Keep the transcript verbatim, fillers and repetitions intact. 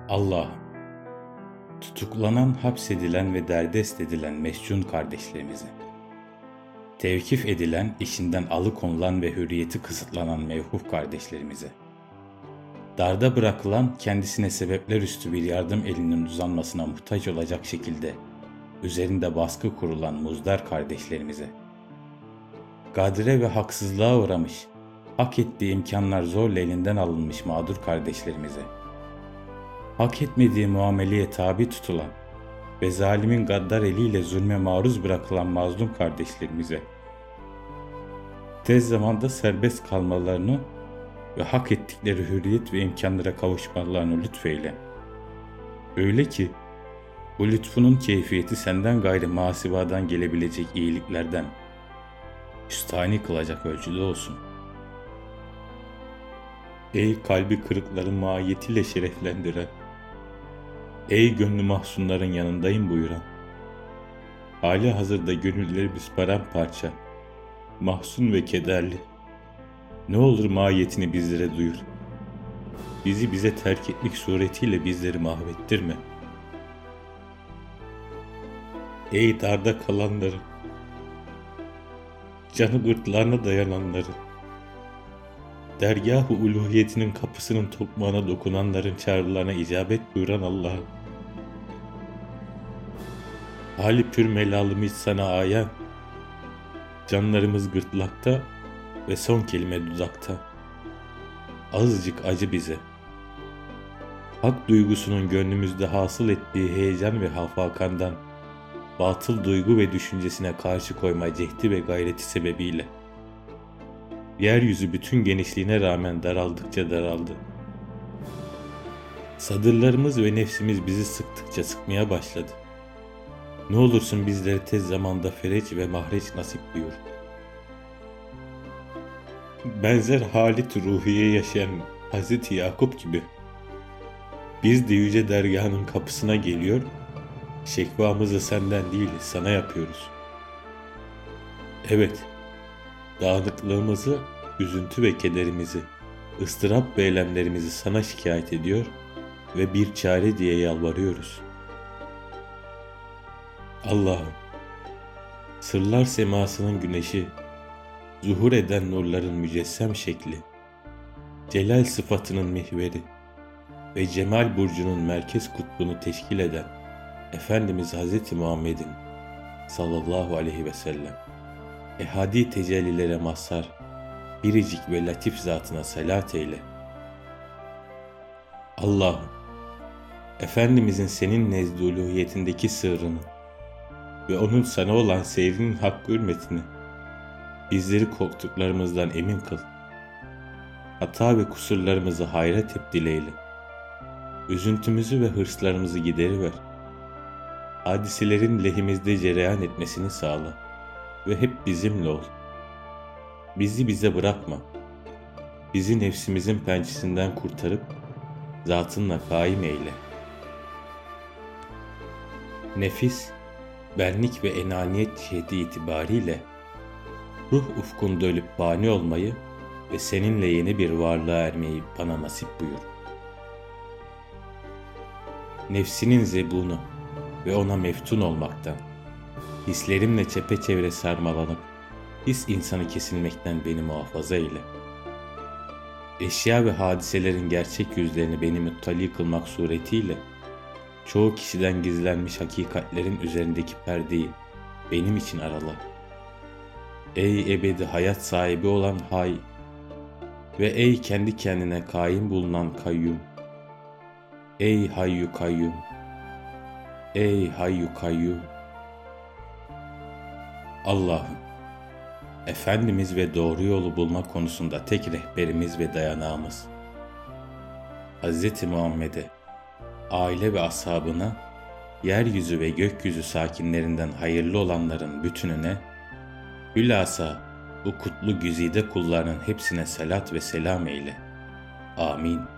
Allah'ım, tutuklanan, hapsedilen ve derdest edilen mescun kardeşlerimize, tevkif edilen, işinden alıkonulan ve hürriyeti kısıtlanan mevhuf kardeşlerimize, darda bırakılan, kendisine sebepler üstü bir yardım elinin uzanmasına muhtaç olacak şekilde üzerinde baskı kurulan muzdar kardeşlerimize, gadre ve haksızlığa uğramış, hak ettiği imkanlar zorla elinden alınmış mağdur kardeşlerimize, hak etmediği muameleye tabi tutulan ve zalimin gaddar eliyle zulme maruz bırakılan mazlum kardeşlerimize, tez zamanda serbest kalmalarını ve hak ettikleri hürriyet ve imkanlara kavuşmalarını lütfeyle. Öyle ki, bu lütfunun keyfiyeti senden gayrı masivadan gelebilecek iyiliklerden üstani kılacak ölçüde olsun. Ey kalbi kırıkları mahiyetiyle şereflendiren, ey gönlü mahzunların yanındayım buyuran, hali hazırda gönüllerimiz paramparça, mahzun ve kederli, ne olur mahiyetini bizlere duyur. Bizi bize terk etmek suretiyle bizleri mahvettirme. Ey darda kalanları, canı gırtlağına dayananları, dergâh-ı uluhiyetinin kapısının tokmağına dokunanların çağrılarına icabet buyuran Allah'ım, hali pür melalımız sana ayan, canlarımız gırtlakta ve son kelime dudakta, azıcık acı bize. Hak duygusunun gönlümüzde hasıl ettiği heyecan ve hafakandan, batıl duygu ve düşüncesine karşı koyma cehdi ve gayreti sebebiyle, yeryüzü bütün genişliğine rağmen daraldıkça daraldı. Sadırlarımız ve nefsimiz bizi sıktıkça sıkmaya başladı. Ne olursun bizlere tez zamanda fereç ve mahreç nasip buyur. Benzer halit ruhiye yaşayan Hazreti Yakup gibi biz de yüce dergahının kapısına geliyor, şekvamızı senden değil sana yapıyoruz. Evet, dağınıklığımızı, üzüntü ve kederimizi, ıstırap ve elemlerimizi sana şikayet ediyor ve bir çare diye yalvarıyoruz. Allah'ım, sırlar semasının güneşi, zuhur eden nurların mücessem şekli, celal sıfatının mihveri ve cemal burcunun merkez kutbunu teşkil eden Efendimiz Hazreti Muhammed'in sallallahu aleyhi ve sellem ehadi tecellilere mazhar biricik ve latif zatına salat eyle. Allah'ım, Efendimizin senin nezdü uluhiyetindeki sırrını ve onun sana olan seyrinin hakkı hürmetini bizleri korktuklarımızdan emin kıl. Hata ve kusurlarımızı hayra tebdil eyle. Üzüntümüzü ve hırslarımızı gideriver. Hadiselerin lehimizde cereyan etmesini sağla ve hep bizimle ol. Bizi bize bırakma. Bizi nefsimizin pençesinden kurtarıp zatınla kaim eyle. Nefis, benlik ve enaniyet ciheti itibariyle ruh ufkunda ölüp bani olmayı ve seninle yeni bir varlığa ermeyi bana nasip buyur. Nefsinin zebunu ve ona meftun olmaktan, hislerimle çepeçevre sarmalanıp, his insanı kesilmekten beni muhafaza eyle. Eşya ve hadiselerin gerçek yüzlerini beni muttali kılmak suretiyle, çoğu kişiden gizlenmiş hakikatlerin üzerindeki perdeyi benim için arala. Ey ebedi hayat sahibi olan Hay ve ey kendi kendine kaim bulunan Kayyum. Ey Hayyu Kayyum. Ey Hayyu Kayyum. Allah'ım, Efendimiz ve doğru yolu bulma konusunda tek rehberimiz ve dayanağımız Hz. Muhammed'e, aile ve ashabına, yeryüzü ve gökyüzü sakinlerinden hayırlı olanların bütününe, hülasa bu kutlu güzide kullarının hepsine salat ve selam eyle. Amin.